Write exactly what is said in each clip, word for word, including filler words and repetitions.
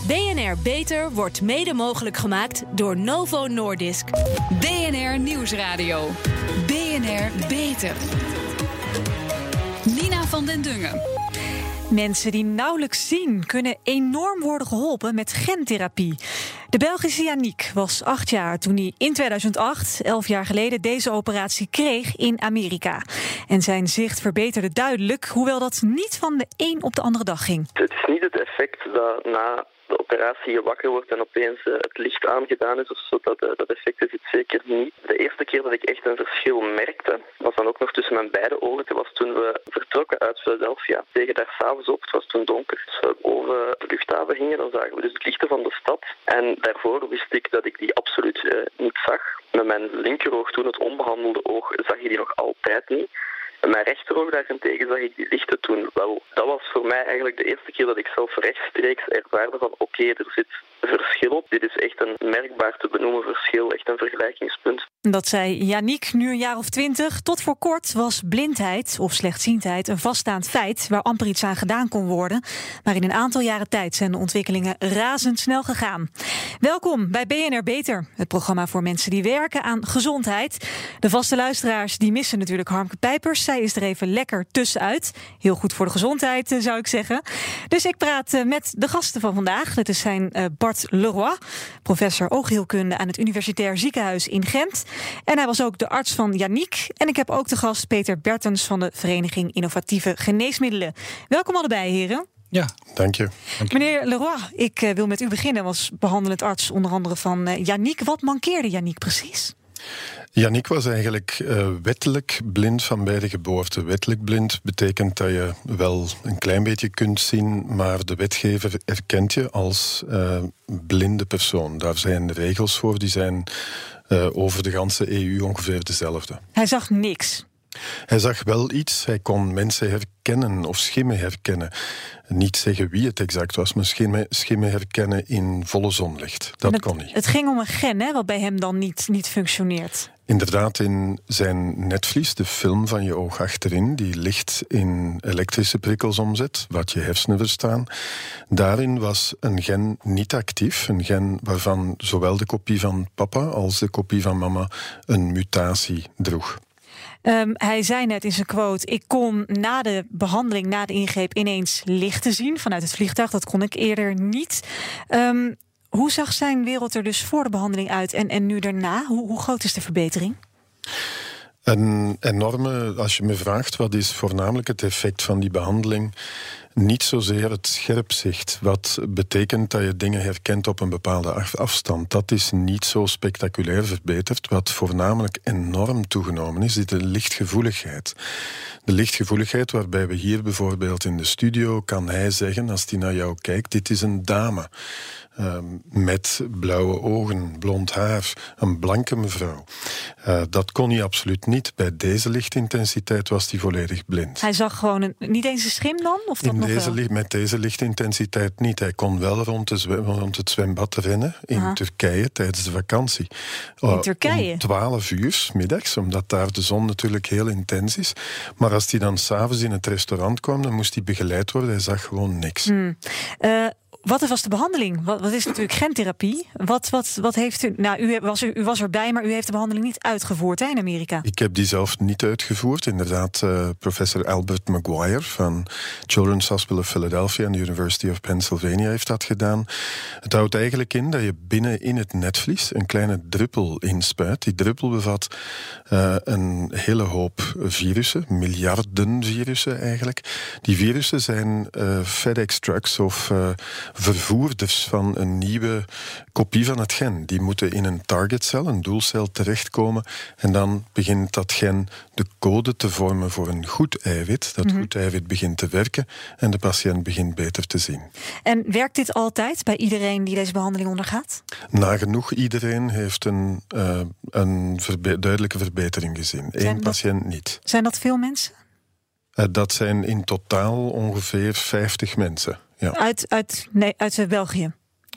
B N R Beter wordt mede mogelijk gemaakt door Novo Nordisk. B N R Nieuwsradio. B N R Beter. Nina van den Dungen. Mensen die nauwelijks zien kunnen enorm worden geholpen met gentherapie. De Belgische Yannick was acht jaar toen hij in tweeduizend acht, elf jaar geleden, deze operatie kreeg in Amerika. En zijn zicht verbeterde duidelijk, hoewel dat niet van de een op de andere dag ging. Het is niet het effect dat na de operatie je wakker wordt en opeens uh, het licht aangedaan is of zo. Dat, uh, dat effect is het zeker niet. De eerste keer dat ik echt een verschil merkte, was dan ook nog tussen mijn beide ogen. Dat was toen we vertrokken uit Philadelphia. Tegen daar s'avonds op, het was toen donker. Als we boven de luchthaven gingen, dan zagen we dus het lichten van de stad. En daarvoor wist ik dat ik die absoluut uh, niet zag. Met mijn linkeroog, toen het onbehandelde oog, zag je die nog altijd niet. En mijn rechteroog daarentegen zag ik die lichten toen wel. Dat was voor mij eigenlijk de eerste keer dat ik zelf rechtstreeks ervaarde van oké, okay, er zit verschil op. Dit is echt een merkbaar te benoemen verschil, echt een vergelijkingspunt. Dat zei Yannick, nu een jaar of twintig. Tot voor kort was blindheid of slechtziendheid een vaststaand feit waar amper iets aan gedaan kon worden. Maar in een aantal jaren tijd zijn de ontwikkelingen razendsnel gegaan. Welkom bij B N R Beter, het programma voor mensen die werken aan gezondheid. De vaste luisteraars die missen natuurlijk Harmke Pijpers. Zij is er even lekker tussenuit. Heel goed voor de gezondheid, zou ik zeggen. Dus ik praat met de gasten van vandaag. Dat is zijn Bart Leroy, professor oogheelkunde aan het Universitair Ziekenhuis in Gent. En hij was ook de arts van Yannick. En ik heb ook de gast Peter Bertens van de Vereniging Innovatieve Geneesmiddelen. Welkom allebei, heren. Ja, dank je. Dank je. Meneer Leroy, ik uh, wil met u beginnen als behandelend arts onder andere van uh, Yannick. Wat mankeerde Yannick precies? Yannick was eigenlijk uh, wettelijk blind van bij de geboorte. Wettelijk blind betekent dat je wel een klein beetje kunt zien, maar de wetgever erkent je als uh, blinde persoon. Daar zijn regels voor, die zijn uh, over de ganse E U ongeveer dezelfde. Hij zag niks. Hij zag wel iets, hij kon mensen herkennen of schimmen herkennen. Niet zeggen wie het exact was, maar schimmen, schimmen herkennen in volle zonlicht. Dat het, kon niet. Het ging om een gen, hè, wat bij hem dan niet, niet functioneert. Inderdaad, in zijn netvlies, de film van je oog achterin, die licht in elektrische prikkels omzet, wat je hersenen verstaan. Daarin was een gen niet actief, een gen waarvan zowel de kopie van papa als de kopie van mama een mutatie droeg. Um, hij zei net in zijn quote, ik kon na de behandeling, na de ingreep ineens lichten zien vanuit het vliegtuig. Dat kon ik eerder niet. Um, hoe zag zijn wereld er dus voor de behandeling uit en, en nu daarna? Hoe, hoe groot is de verbetering? Een enorme, als je me vraagt, wat is voornamelijk het effect van die behandeling? Niet zozeer het scherpzicht, wat betekent dat je dingen herkent op een bepaalde afstand. Dat is niet zo spectaculair verbeterd. Wat voornamelijk enorm toegenomen is, is de lichtgevoeligheid. De lichtgevoeligheid waarbij we hier bijvoorbeeld in de studio, kan hij zeggen, als hij naar jou kijkt, dit is een dame. Uh, met blauwe ogen, blond haar, een blanke mevrouw. Uh, dat kon hij absoluut niet. Bij deze lichtintensiteit was hij volledig blind. Hij zag gewoon een, niet eens een schim dan? Of dat in nog deze, wel? Met deze lichtintensiteit niet. Hij kon wel rond, de zwem, rond het zwembad rennen in Aha. Turkije tijdens de vakantie. In uh, Turkije? Om twaalf uur middags, omdat daar de zon natuurlijk heel intens is. Maar als hij dan s'avonds in het restaurant kwam, dan moest hij begeleid worden. Hij zag gewoon niks. Hmm. Uh, Wat was de behandeling? Wat, wat is natuurlijk gentherapie? Wat, wat, wat heeft u... Nou, u was, u was erbij, maar u heeft de behandeling niet uitgevoerd hè, in Amerika. Ik heb die zelf niet uitgevoerd. Inderdaad, uh, professor Albert Maguire van Children's Hospital of Philadelphia en de University of Pennsylvania heeft dat gedaan. Het houdt eigenlijk in dat je binnen in het netvlies een kleine druppel inspuit. Die druppel bevat uh, een hele hoop virussen, miljarden virussen eigenlijk. Die virussen zijn uh, FedEx trucks of uh, vervoerders van een nieuwe kopie van het gen. Die moeten in een targetcel, een doelcel, terechtkomen en dan begint dat gen de code te vormen voor een goed eiwit. Dat mm-hmm. goed eiwit begint te werken en de patiënt begint beter te zien. En werkt dit altijd bij iedereen die deze behandeling ondergaat? Nagenoeg iedereen heeft een, uh, een verbe- duidelijke verbetering gezien. Eén patiënt niet. Zijn dat veel mensen? Uh, dat zijn in totaal ongeveer vijftig mensen. Ja. Uit, uit, nee, uit België?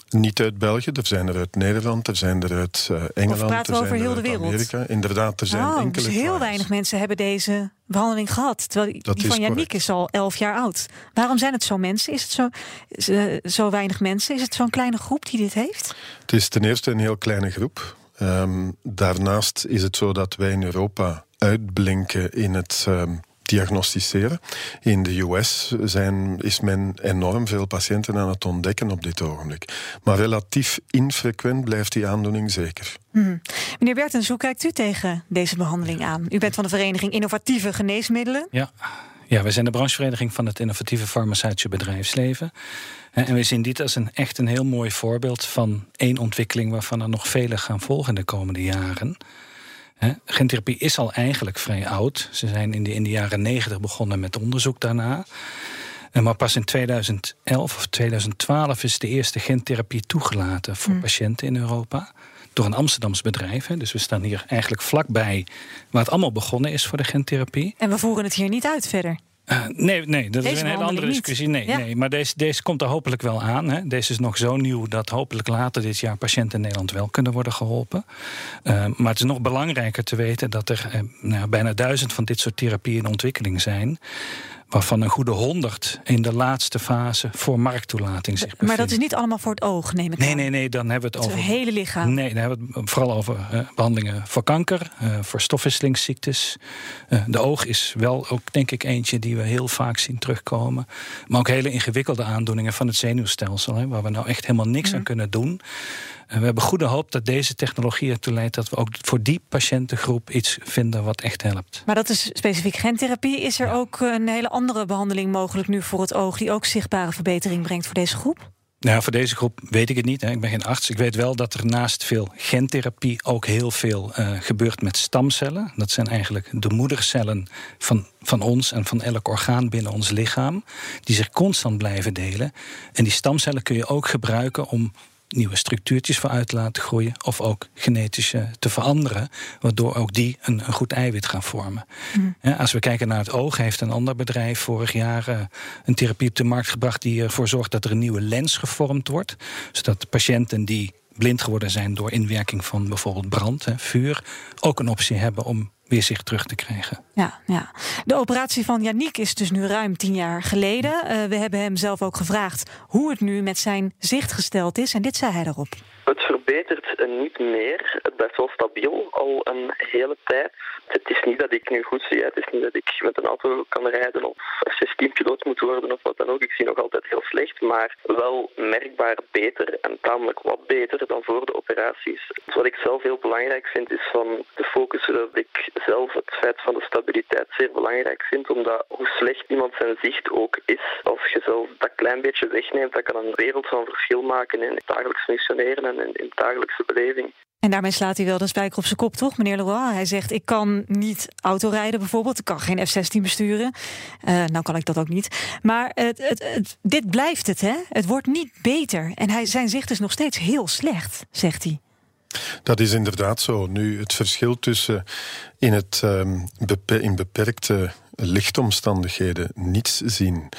Niet uit België, er zijn er uit Nederland, er zijn er uit uh, Engeland, of praten we er over zijn heel er de uit wereld? Amerika. Inderdaad, er zijn oh, enkele dus heel trials. weinig mensen hebben deze behandeling gehad. Terwijl die, die van Yannick is al elf jaar oud. Waarom zijn het zo mensen? Is het zo, uh, zo weinig mensen? Is het zo'n kleine groep die dit heeft? Het is ten eerste een heel kleine groep. Um, daarnaast is het zo dat wij in Europa uitblinken in het Um, diagnosticeren. In de U S zijn, is men enorm veel patiënten aan het ontdekken op dit ogenblik. Maar relatief infrequent blijft die aandoening zeker. Hmm. Meneer Bertens, hoe kijkt u tegen deze behandeling aan? U bent van de vereniging Innovatieve Geneesmiddelen. Ja. Ja, wij zijn de branchevereniging van het innovatieve farmaceutische bedrijfsleven. En we zien dit als een echt een heel mooi voorbeeld van één ontwikkeling waarvan er nog vele gaan volgen de komende jaren. He, gentherapie is al eigenlijk vrij oud. Ze zijn in de, in de jaren negentig begonnen met onderzoek daarna. Maar pas in tweeduizend elf of tweeduizend twaalf is de eerste gentherapie toegelaten voor mm. patiënten in Europa. Door een Amsterdams bedrijf. He. Dus we staan hier eigenlijk vlakbij waar het allemaal begonnen is voor de gentherapie. En we voeren het hier niet uit verder. Uh, nee, nee, dat deze is een hele andere discussie. Nee, ja. nee, maar deze, deze komt er hopelijk wel aan. Hè. Deze is nog zo nieuw dat hopelijk later dit jaar patiënten in Nederland wel kunnen worden geholpen. Uh, maar het is nog belangrijker te weten dat er uh, nou, bijna duizend van dit soort therapieën in ontwikkeling zijn. Waarvan een goede honderd in de laatste fase voor markttoelating zich bevinden. Maar dat is niet allemaal voor het oog, neem ik nee, aan. Nee, nee, dan hebben we het, het over... Het hele lichaam. Nee, dan hebben we het vooral over uh, behandelingen voor kanker, uh, voor stofwisselingsziektes. Uh, de oog is wel ook, denk ik, eentje die we heel vaak zien terugkomen. Maar ook hele ingewikkelde aandoeningen van het zenuwstelsel, hè, waar we nou echt helemaal niks mm. aan kunnen doen. We hebben goede hoop dat deze technologie ertoe leidt dat we ook voor die patiëntengroep iets vinden wat echt helpt. Maar dat is specifiek gentherapie. Is er ja. ook een hele andere behandeling mogelijk nu voor het oog die ook zichtbare verbetering brengt voor deze groep? Nou, voor deze groep weet ik het niet. Hè. Ik ben geen arts. Ik weet wel dat er naast veel gentherapie ook heel veel uh, gebeurt met stamcellen. Dat zijn eigenlijk de moedercellen van, van ons en van elk orgaan binnen ons lichaam, die zich constant blijven delen. En die stamcellen kun je ook gebruiken om nieuwe structuurtjes voor uit te laten groeien of ook genetisch uh, te veranderen, waardoor ook die een, een goed eiwit gaan vormen. Mm. Ja, als we kijken naar het oog, heeft een ander bedrijf vorig jaar uh, een therapie op de markt gebracht die ervoor zorgt dat er een nieuwe lens gevormd wordt, zodat de patiënten die blind geworden zijn door inwerking van bijvoorbeeld brand, hè, vuur, ook een optie hebben om weer zicht terug te krijgen. Ja, ja. De operatie van Yannick is dus nu ruim tien jaar geleden. Uh, we hebben hem zelf ook gevraagd hoe het nu met zijn zicht gesteld is. En dit zei hij daarop. Het verbetert niet meer. Het blijft wel stabiel al een hele tijd. Het is niet dat ik nu goed zie. Het is niet dat ik met een auto kan rijden of F zestien-piloot moet worden of wat dan ook. Ik zie nog altijd heel slecht, maar wel merkbaar beter en tamelijk wat beter dan voor de operaties. Dus wat ik zelf heel belangrijk vind is van te focussen dat ik zelf het feit van de stabiliteit zeer belangrijk vind, omdat hoe slecht iemand zijn zicht ook is, als je zelf dat klein beetje wegneemt, dat kan een wereld van verschil maken in het dagelijks functioneren en in de dagelijkse beleving. En daarmee slaat hij wel de spijker op zijn kop, toch, meneer Leroy? Hij zegt, ik kan niet autorijden bijvoorbeeld. Ik kan geen F zestien besturen. Uh, nou kan ik dat ook niet. Maar het, het, het, dit blijft het, hè? Het wordt niet beter. En hij, zijn zicht is nog steeds heel slecht, zegt hij. Dat is inderdaad zo. Nu, het verschil tussen in, het, um, bepe- in beperkte lichtomstandigheden niets zien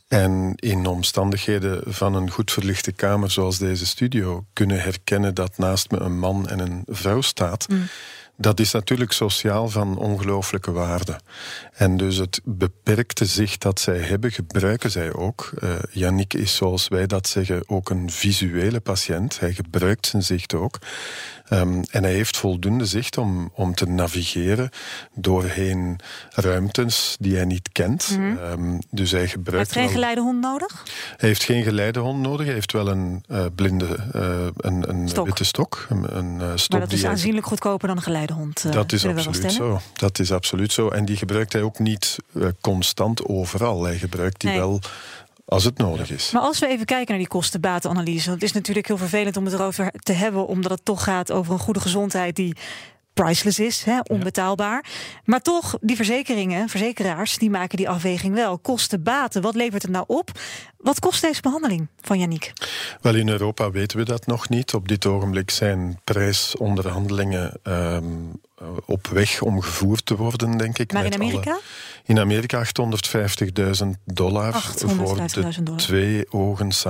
en in omstandigheden van een goed verlichte kamer zoals deze studio kunnen herkennen dat naast me een man en een vrouw staat, mm. dat is natuurlijk sociaal van ongelooflijke waarde. En dus het beperkte zicht dat zij hebben, gebruiken zij ook. Uh, Yannick is, zoals wij dat zeggen, ook een visuele patiënt. Hij gebruikt zijn zicht ook. Um, en hij heeft voldoende zicht om, om te navigeren doorheen ruimtes die hij niet kent. Mm-hmm. Um, dus hij gebruikt. Hij heeft geen wel... geleidehond nodig? Hij heeft geen geleidehond nodig. Hij heeft wel een uh, blinde, uh, een, een stok. witte stok. Een, een uh, stok maar dat die is hij... aanzienlijk goedkoper dan een geleidehond. Uh, dat is absoluut zo. Dat is absoluut zo. En die gebruikt hij ook niet uh, constant overal. Hij gebruikt die nee. wel als het nodig is. Maar als we even kijken naar die kosten-batenanalyse, want het is natuurlijk heel vervelend om het erover te hebben, omdat het toch gaat over een goede gezondheid die priceless is, hè, onbetaalbaar. Ja. Maar toch, die verzekeringen, verzekeraars, die maken die afweging wel. Kosten, baten, wat levert het nou op? Wat kost deze behandeling van Yannick? Wel, in Europa weten we dat nog niet. Op dit ogenblik zijn prijsonderhandelingen um, op weg om gevoerd te worden, denk ik. Maar in Amerika? Alle... In Amerika achthonderdvijftigduizend dollar voor de dollar. twee ogen samen.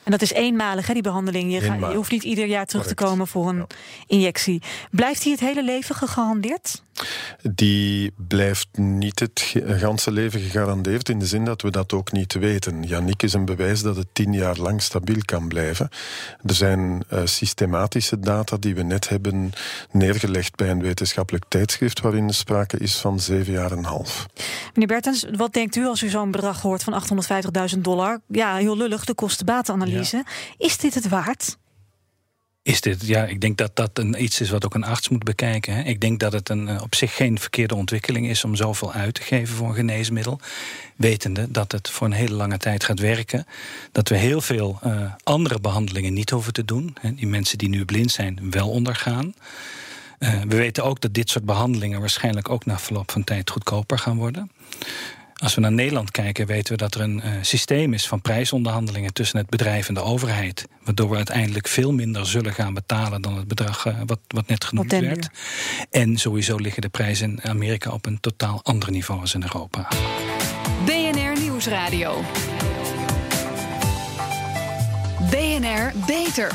En dat is eenmalig, hè, die behandeling. Je, ga, je hoeft niet ieder jaar terug Correct. te komen voor een ja. injectie. Blijft hij het hele leven gegarandeerd? Die blijft niet het ganse leven gegarandeerd, in de zin dat we dat ook niet weten. Yannick is een bewijs dat het tien jaar lang stabiel kan blijven. Er zijn uh, systematische data die we net hebben neergelegd bij een wetenschappelijk tijdschrift waarin sprake is van zeven jaar en een half. Meneer Bertens, wat denkt u als u zo'n bedrag hoort van achthonderdvijftigduizend dollar? Ja, heel lullig, de kosten-batenanalyse. Ja. Is dit het waard? Is dit, ja, ik denk dat dat een, iets is wat ook een arts moet bekijken. Hè. Ik denk dat het een, op zich geen verkeerde ontwikkeling is om zoveel uit te geven voor een geneesmiddel. Wetende dat het voor een hele lange tijd gaat werken. Dat we heel veel uh, andere behandelingen niet hoeven te doen. Hè. Die mensen die nu blind zijn wel ondergaan. Uh, we weten ook dat dit soort behandelingen waarschijnlijk ook na verloop van tijd goedkoper gaan worden. Als we naar Nederland kijken, weten we dat er een uh, systeem is van prijsonderhandelingen tussen het bedrijf en de overheid. Waardoor we uiteindelijk veel minder zullen gaan betalen dan het bedrag uh, wat, wat net genoemd werd. En sowieso liggen de prijzen in Amerika op een totaal ander niveau als in Europa. B N R Nieuwsradio. B N R Beter.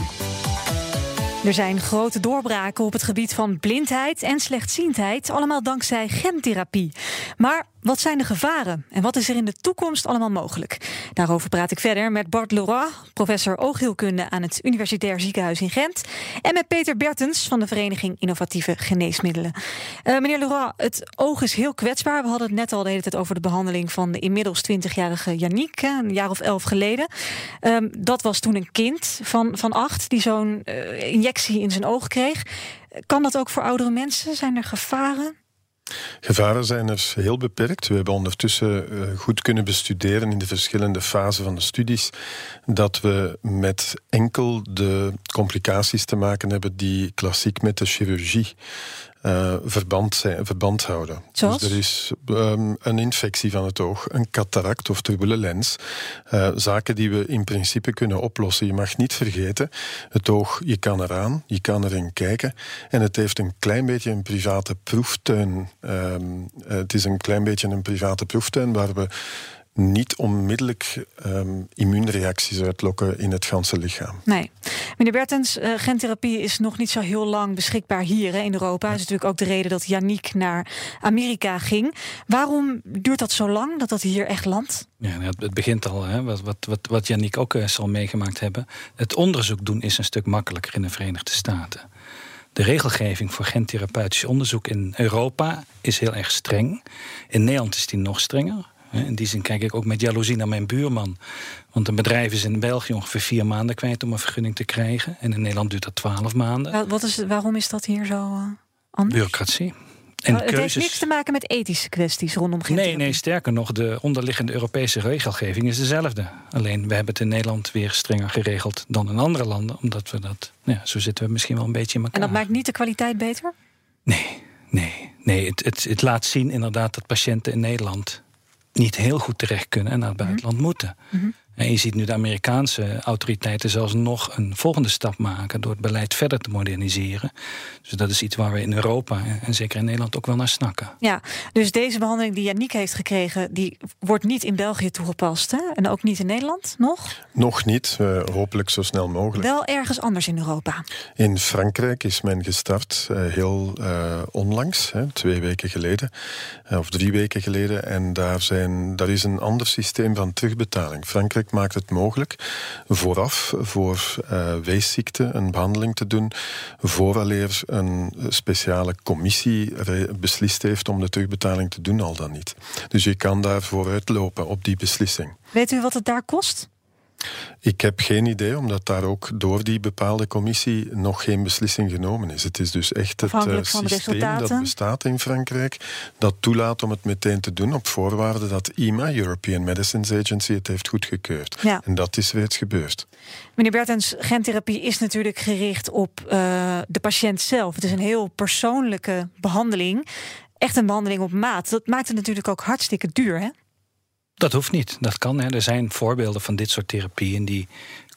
Er zijn grote doorbraken op het gebied van blindheid en slechtziendheid, allemaal dankzij gentherapie. Maar wat zijn de gevaren en wat is er in de toekomst allemaal mogelijk? Daarover praat ik verder met Bart Leroy, professor oogheelkunde aan het Universitair Ziekenhuis in Gent, en met Peter Bertens van de Vereniging Innovatieve Geneesmiddelen. Uh, meneer Leroy, het oog is heel kwetsbaar. We hadden het net al de hele tijd over de behandeling van de inmiddels twintigjarige Yannick, een jaar of elf geleden. Um, dat was toen een kind van, van acht die zo'n uh, injectie in zijn oog kreeg. Kan dat ook voor oudere mensen? Zijn er gevaren? Gevaren zijn er heel beperkt. We hebben ondertussen uh, goed kunnen bestuderen in de verschillende fasen van de studies dat we met enkel de complicaties te maken hebben die klassiek met de chirurgie Uh, verband, zijn, verband houden. Zoals? Dus er is um, een infectie van het oog, een cataract of turbule lens. Uh, zaken die we in principe kunnen oplossen. Je mag niet vergeten, het oog, je kan eraan, je kan erin kijken. En het heeft een klein beetje een private proeftuin. Um, uh, het is een klein beetje een private proeftuin waar we niet onmiddellijk um, immuunreacties uitlokken in het ganse lichaam. Nee. Meneer Bertens, uh, gentherapie is nog niet zo heel lang beschikbaar hier hè, in Europa. Dat is natuurlijk ook de reden dat Yannick naar Amerika ging. Waarom duurt dat zo lang, dat dat hier echt landt? Ja, het begint al, hè, wat, wat, wat, wat Yannick ook uh, zal meegemaakt hebben. Het onderzoek doen is een stuk makkelijker in de Verenigde Staten. De regelgeving voor gentherapeutisch onderzoek in Europa is heel erg streng. In Nederland is die nog strenger. In die zin kijk ik ook met jaloezie naar mijn buurman. Want een bedrijf is in België ongeveer vier maanden kwijt om een vergunning te krijgen. En in Nederland duurt dat twaalf maanden. Wat is, waarom is dat hier zo uh, anders? Bureaucratie. En oh, het keuzes... heeft niks te maken met ethische kwesties rondom gentherapie? Nee, nee, sterker nog, de onderliggende Europese regelgeving is dezelfde. Alleen, we hebben het in Nederland weer strenger geregeld dan in andere landen. Omdat we dat, ja, zo zitten we misschien wel een beetje in elkaar. En dat maakt niet de kwaliteit beter? Nee, nee, nee. Het, het, het laat zien inderdaad dat patiënten in Nederland niet heel goed terecht kunnen en naar het buitenland mm-hmm. moeten. Mm-hmm. En je ziet nu de Amerikaanse autoriteiten zelfs nog een volgende stap maken door het beleid verder te moderniseren. Dus dat is iets waar we in Europa en zeker in Nederland ook wel naar snakken. Ja, dus deze behandeling die Yannick heeft gekregen, die wordt niet in België toegepast, hè? En ook niet in Nederland, nog? Nog niet, uh, hopelijk zo snel mogelijk. Wel ergens anders in Europa? In Frankrijk is men gestart, uh, heel uh, onlangs, hè, twee weken geleden, uh, of drie weken geleden. En daar, zijn, daar is een ander systeem van terugbetaling. Frankrijk maakt het mogelijk vooraf voor uh, weesziekten een behandeling te doen, vooraleer een speciale commissie beslist heeft om de terugbetaling te doen, al dan niet. Dus je kan daar vooruit lopen op die beslissing. Weet u wat het daar kost? Ik heb geen idee, omdat daar ook door die bepaalde commissie nog geen beslissing genomen is. Het is dus echt het uh, systeem dat bestaat in Frankrijk dat toelaat om het meteen te doen op voorwaarde dat E M A, European Medicines Agency, het heeft goedgekeurd. Ja. En dat is reeds gebeurd. Meneer Bertens, gentherapie is natuurlijk gericht op uh, de patiënt zelf. Het is een heel persoonlijke behandeling. Echt een behandeling op maat. Dat maakt het natuurlijk ook hartstikke duur, hè? Dat hoeft niet, dat kan. Hè. Er zijn voorbeelden van dit soort therapieën die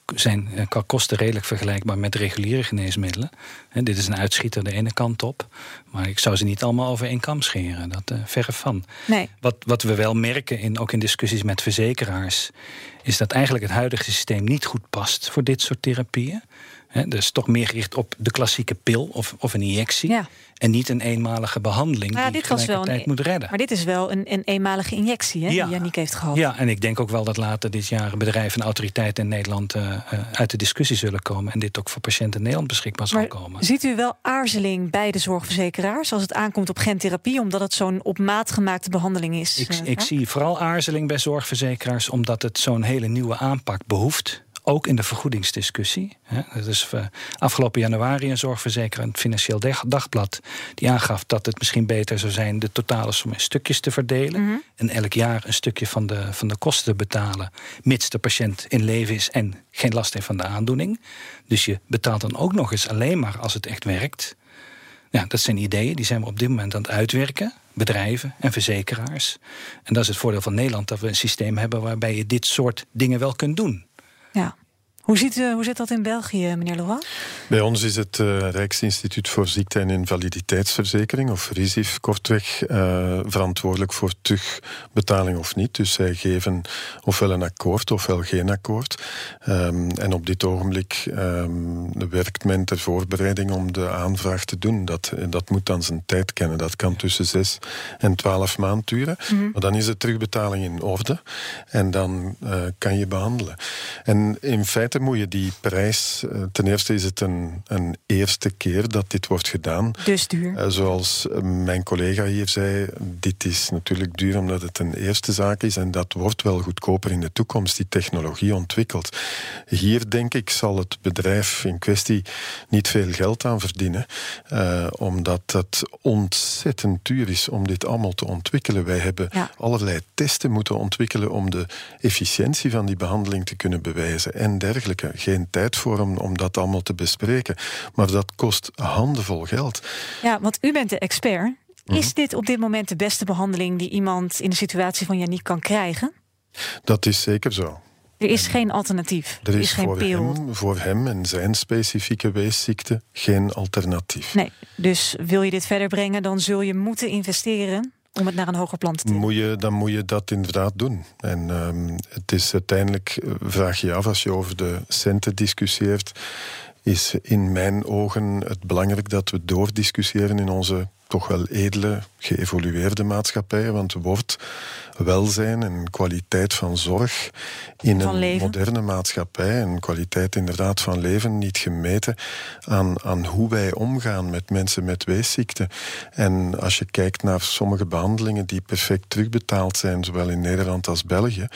zijn qua kosten redelijk vergelijkbaar met reguliere geneesmiddelen. En dit is een uitschieter de ene kant op. Maar ik zou ze niet allemaal over één kam scheren. Dat uh, verre van. Nee. Wat, wat we wel merken, in, ook in discussies met verzekeraars, is dat eigenlijk het huidige systeem niet goed past voor dit soort therapieën. He, dus toch meer gericht op de klassieke pil of, of een injectie. Ja. En niet een eenmalige behandeling nou, die dit was wel een, moet redden. Maar dit is wel een, een eenmalige injectie, hè, ja. die Yannick heeft gehad. Ja, en ik denk ook wel dat later dit jaar bedrijven en autoriteiten in Nederland uh, uh, uit de discussie zullen komen. En dit ook voor patiënten in Nederland beschikbaar zal maar komen. Ziet u wel aarzeling bij de zorgverzekeraars als het aankomt op gentherapie, omdat het zo'n op maat gemaakte behandeling is? Ik, uh, ik zie vooral aarzeling bij zorgverzekeraars, omdat het zo'n hele nieuwe aanpak behoeft. Ook in de vergoedingsdiscussie. Het is afgelopen januari een zorgverzekeraar, het Financieel Dagblad, die aangaf dat het misschien beter zou zijn de totale som in stukjes te verdelen. Mm-hmm. En elk jaar een stukje van de, van de kosten te betalen, mits de patiënt in leven is en geen last heeft van de aandoening. Dus je betaalt dan ook nog eens alleen maar als het echt werkt. Ja, dat zijn ideeën, die zijn we op dit moment aan het uitwerken. Bedrijven en verzekeraars. En dat is het voordeel van Nederland, dat we een systeem hebben waarbij je dit soort dingen wel kunt doen. Ja. Hoe, ziet, uh, hoe zit dat in België, meneer Leroy? Bij ons is het uh, Rijksinstituut voor Ziekte- en Invaliditeitsverzekering, of RISIF kortweg, uh, verantwoordelijk voor terugbetaling of niet. Dus zij geven ofwel een akkoord ofwel geen akkoord. Um, en op dit ogenblik um, werkt men ter voorbereiding om de aanvraag te doen. Dat, dat moet dan zijn tijd kennen. Dat kan tussen zes en twaalf maanden duren. Mm-hmm. Maar dan is de terugbetaling in orde en dan uh, kan je behandelen. En in feite moet je die prijs... Ten eerste is het een, een eerste keer dat dit wordt gedaan. Dus duur. Uh, zoals mijn collega hier zei, dit is natuurlijk duur omdat het een eerste zaak is en dat wordt wel goedkoper in de toekomst, die technologie ontwikkelt. Hier, denk ik, zal het bedrijf in kwestie niet veel geld aan verdienen, uh, omdat het ontzettend duur is om dit allemaal te ontwikkelen. Wij hebben ja. allerlei testen moeten ontwikkelen om de efficiëntie van die behandeling te kunnen bewijzen en dergelijke. Geen tijd voor om, om dat allemaal te bespreken. Maar dat kost handenvol geld. Ja, want u bent de expert. Is mm-hmm. dit op dit moment de beste behandeling die iemand in de situatie van Yannick kan krijgen? Dat is zeker zo. Er is en geen alternatief. Er is, er is geen voor, pil. hem, voor hem en zijn specifieke weesziekte geen alternatief. Nee, dus wil je dit verder brengen, dan zul je moeten investeren om het naar een hoger plan te tillen. Moet je, dan moet je dat inderdaad doen. En um, het is uiteindelijk, vraag je af, als je over de centen discussieert, is in mijn ogen het belangrijk dat we doordiscussiëren in onze toch wel edele, geëvolueerde maatschappij. Want wordt welzijn en kwaliteit van zorg in van een leven. moderne maatschappij, en kwaliteit inderdaad van leven, niet gemeten aan, aan hoe wij omgaan met mensen met weesziekten. En als je kijkt naar sommige behandelingen die perfect terugbetaald zijn, zowel in Nederland als België,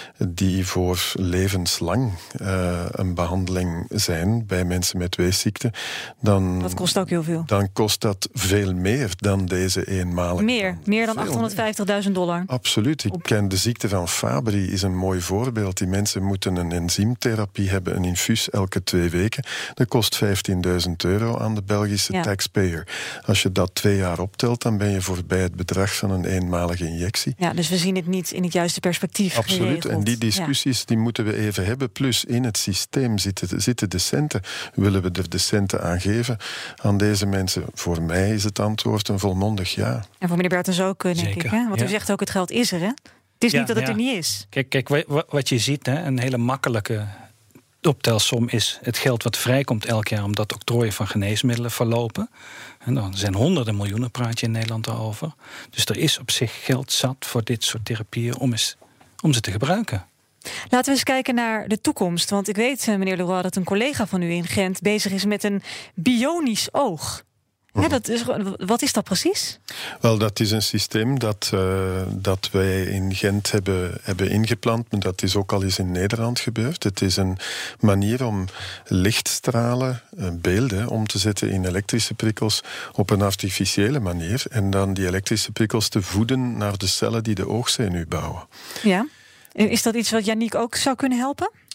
die voor levenslang uh, een behandeling zijn bij mensen met weesziekten, dan... Dat kost ook heel veel. Dan kost dat veel meer dan deze eenmalige. Meer, meer dan achthonderdvijftigduizend dollar. Absoluut. Ik ken de ziekte van Fabry, is een mooi voorbeeld. Die mensen moeten een enzymtherapie hebben, een infuus elke twee weken. Dat kost vijftienduizend euro aan de Belgische ja. taxpayer. Als je dat twee jaar optelt, dan ben je voorbij het bedrag van een eenmalige injectie. Ja, dus we zien het niet in het juiste perspectief. Absoluut. Geregeld. En die discussies ja. die moeten we even hebben. Plus in het systeem zitten, zitten de centen. Willen we er de centen aan geven aan deze mensen? Voor mij is het antwoord een volmondig ja. En voor meneer Bertens ook, denk Zeker. ik. Hè? Want ja. u zegt ook, het geld is er, hè? Het is ja, niet dat het ja. er niet is. Kijk, kijk, wat je ziet, hè, een hele makkelijke optelsom is het geld wat vrijkomt elk jaar omdat octrooien van geneesmiddelen verlopen. En dan zijn honderden miljoenen, praat je in Nederland over. Dus er is op zich geld zat voor dit soort therapieën om, eens, om ze te gebruiken. Laten we eens kijken naar de toekomst. Want ik weet, meneer Leroy, dat een collega van u in Gent bezig is met een bionisch oog. Ja, dat is, wat is dat precies? Wel, dat is een systeem dat, uh, dat wij in Gent hebben, hebben ingeplant, maar dat is ook al eens in Nederland gebeurd. Het is een manier om lichtstralen, uh, beelden, om te zetten in elektrische prikkels op een artificiële manier. En dan die elektrische prikkels te voeden naar de cellen die de oogzenuw bouwen. Ja. En is dat iets wat Yannick ook zou kunnen helpen?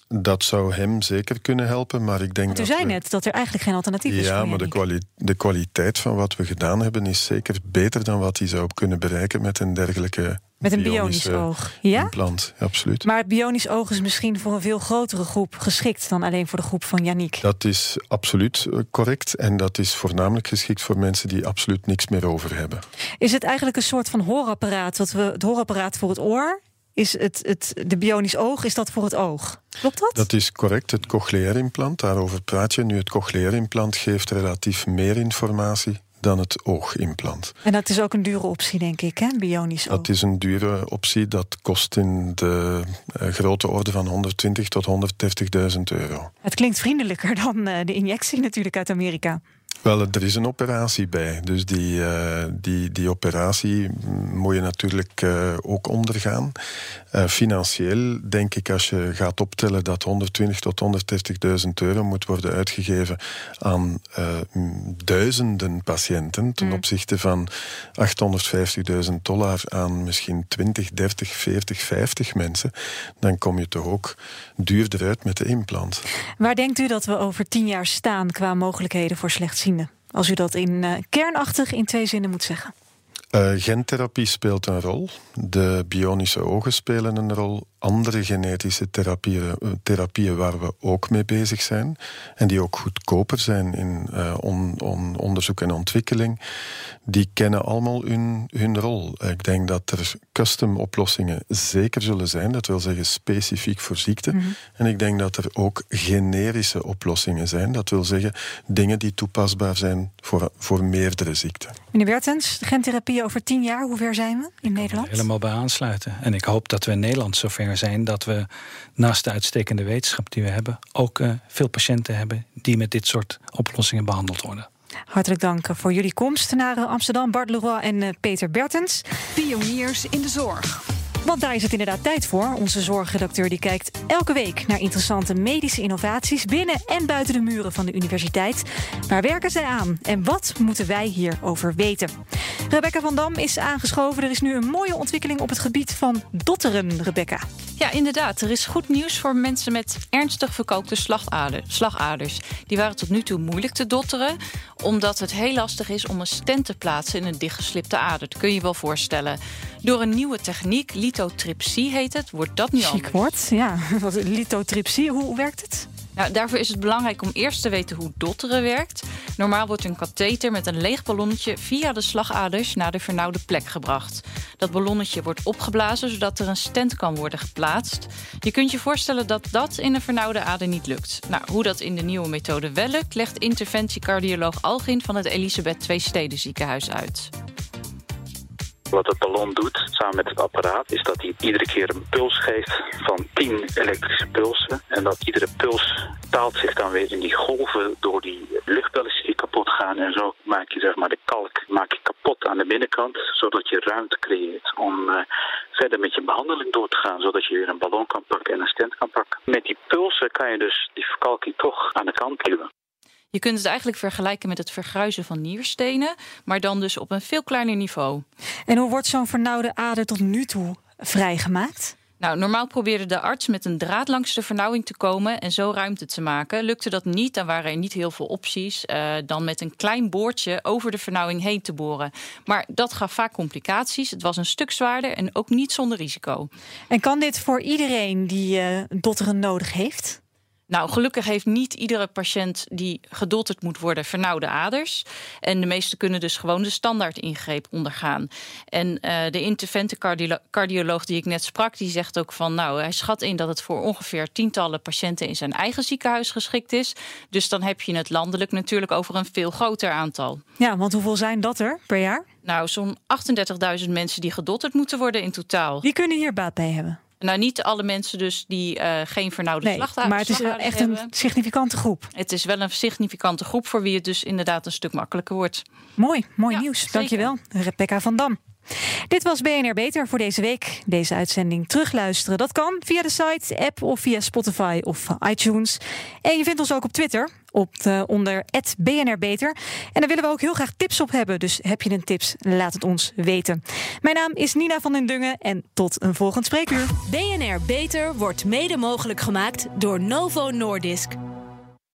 Dat zou hem zeker kunnen helpen, maar ik denk Want u dat zei we... net dat er eigenlijk geen alternatief is. Ja, voor maar de, Yannick. kwali- de kwaliteit van wat we gedaan hebben is zeker beter dan wat hij zou kunnen bereiken met een dergelijke Met een bionisch oog. Ja? implant. Absoluut. Maar het bionisch oog is misschien voor een veel grotere groep geschikt dan alleen voor de groep van Yannick. Dat is absoluut correct en dat is voornamelijk geschikt voor mensen die absoluut niks meer over hebben. Is het eigenlijk een soort van hoorapparaat? Wat we, het hoorapparaat voor het oor? Is het, het de bionisch oog, is dat voor het oog? Klopt dat? Dat is correct, het cochleairimplant, daarover praat je. Nu, het cochleairimplant geeft relatief meer informatie dan het oogimplant. En dat is ook een dure optie, denk ik, hè? Bionisch oog. Dat is een dure optie, dat kost in de uh, grote orde van honderdtwintig tot honderddertigduizend euro. Het klinkt vriendelijker dan uh, de injectie natuurlijk uit Amerika. Wel, er is een operatie bij. Dus die, uh, die, die operatie moet je natuurlijk uh, ook ondergaan. Uh, financieel denk ik, als je gaat optellen dat honderdtwintig tot honderddertigduizend euro moet worden uitgegeven aan uh, duizenden patiënten ten mm. opzichte van achthonderdvijftigduizend dollar aan misschien twintig, dertig, veertig, vijftig mensen, dan kom je toch ook duurder uit met de implant. Waar denkt u dat we over tien jaar staan qua mogelijkheden voor slechtzienden? Als u dat in uh, kernachtig in twee zinnen moet zeggen. Uh, gentherapie speelt een rol. De bionische ogen spelen een rol. Andere genetische therapieën, therapieën waar we ook mee bezig zijn en die ook goedkoper zijn in uh, on, on, onderzoek en ontwikkeling, die kennen allemaal hun, hun rol. Ik denk dat er custom oplossingen zeker zullen zijn, dat wil zeggen specifiek voor ziekte. Mm-hmm. En ik denk dat er ook generische oplossingen zijn, dat wil zeggen dingen die toepasbaar zijn voor, voor meerdere ziekten. Meneer Bertens, de gentherapie over tien jaar, hoe ver zijn we in Nederland? Helemaal bij aansluiten. En ik hoop dat we in Nederland zover zijn dat we naast de uitstekende wetenschap die we hebben ook uh, veel patiënten hebben die met dit soort oplossingen behandeld worden. Hartelijk dank voor jullie komst naar Amsterdam, Bart Leroy en uh, Peter Bertens. Pioniers in de zorg. Want daar is het inderdaad tijd voor. Onze zorgredacteur die kijkt elke week naar interessante medische innovaties binnen en buiten de muren van de universiteit. Waar werken zij aan en wat moeten wij hierover weten? Rebecca van Dam is aangeschoven. Er is nu een mooie ontwikkeling op het gebied van dotteren, Rebecca. Ja, inderdaad. Er is goed nieuws voor mensen met ernstig verkookte slagaders. Die waren tot nu toe moeilijk te dotteren, omdat het heel lastig is om een stent te plaatsen in een dichtgeslipte ader. Dat kun je je wel voorstellen. Door een nieuwe techniek, lithotripsie heet het, wordt dat nu anders. Chic woord, ja. Wat lithotripsie, hoe werkt het? Nou, daarvoor is het belangrijk om eerst te weten hoe dotteren werkt. Normaal wordt een katheter met een leeg ballonnetje via de slagaders naar de vernauwde plek gebracht. Dat ballonnetje wordt opgeblazen zodat er een stent kan worden geplaatst. Je kunt je voorstellen dat dat in een vernauwde ader niet lukt. Nou, hoe dat in de nieuwe methode wel lukt, legt interventiecardioloog Algin van het Elisabeth Tweesteden ziekenhuis uit. Wat het ballon doet, samen met het apparaat, is dat hij iedere keer een puls geeft van tien elektrische pulsen. En dat iedere puls taalt zich dan weer in die golven door die luchtbelletjes die kapot gaan. En zo maak je zeg maar de kalk maak je kapot aan de binnenkant, zodat je ruimte creëert om uh, verder met je behandeling door te gaan. Zodat je weer een ballon kan pakken en een stent kan pakken. Met die pulsen kan je dus die verkalking toch aan de kant duwen. Je kunt het eigenlijk vergelijken met het vergruizen van nierstenen, maar dan dus op een veel kleiner niveau. En hoe wordt zo'n vernauwde ader tot nu toe vrijgemaakt? Nou, normaal probeerde de arts met een draad langs de vernauwing te komen en zo ruimte te maken. Lukte dat niet, dan waren er niet heel veel opties uh, dan met een klein boordje over de vernauwing heen te boren. Maar dat gaf vaak complicaties. Het was een stuk zwaarder en ook niet zonder risico. En kan dit voor iedereen die uh, dotteren nodig heeft? Nou, gelukkig heeft niet iedere patiënt die gedotterd moet worden vernauwde aders. En de meesten kunnen dus gewoon de standaard ingreep ondergaan. En uh, de intervente cardiolo- cardioloog die ik net sprak, die zegt ook van, nou, hij schat in dat het voor ongeveer tientallen patiënten in zijn eigen ziekenhuis geschikt is. Dus dan heb je het landelijk natuurlijk over een veel groter aantal. Ja, want hoeveel zijn dat er per jaar? Nou, zo'n achtendertigduizend mensen die gedotterd moeten worden in totaal. Wie kunnen hier baat bij hebben? Nou, niet alle mensen dus die uh, geen vernauwde nee, slagaders maar het is echt hebben. een significante groep. Het is wel een significante groep voor wie het dus inderdaad een stuk makkelijker wordt. Mooi, mooi ja, nieuws. Zeker. Dankjewel, Rebecca van Dam. Dit was B N R Beter voor deze week. Deze uitzending terugluisteren, dat kan via de site, app of via Spotify of iTunes. En je vindt ons ook op Twitter. op de, onder at B N R Beter. En daar willen we ook heel graag tips op hebben. Dus heb je een tips, laat het ons weten. Mijn naam is Nina van den Dungen en tot een volgend spreekuur. B N R Beter wordt mede mogelijk gemaakt door Novo Nordisk.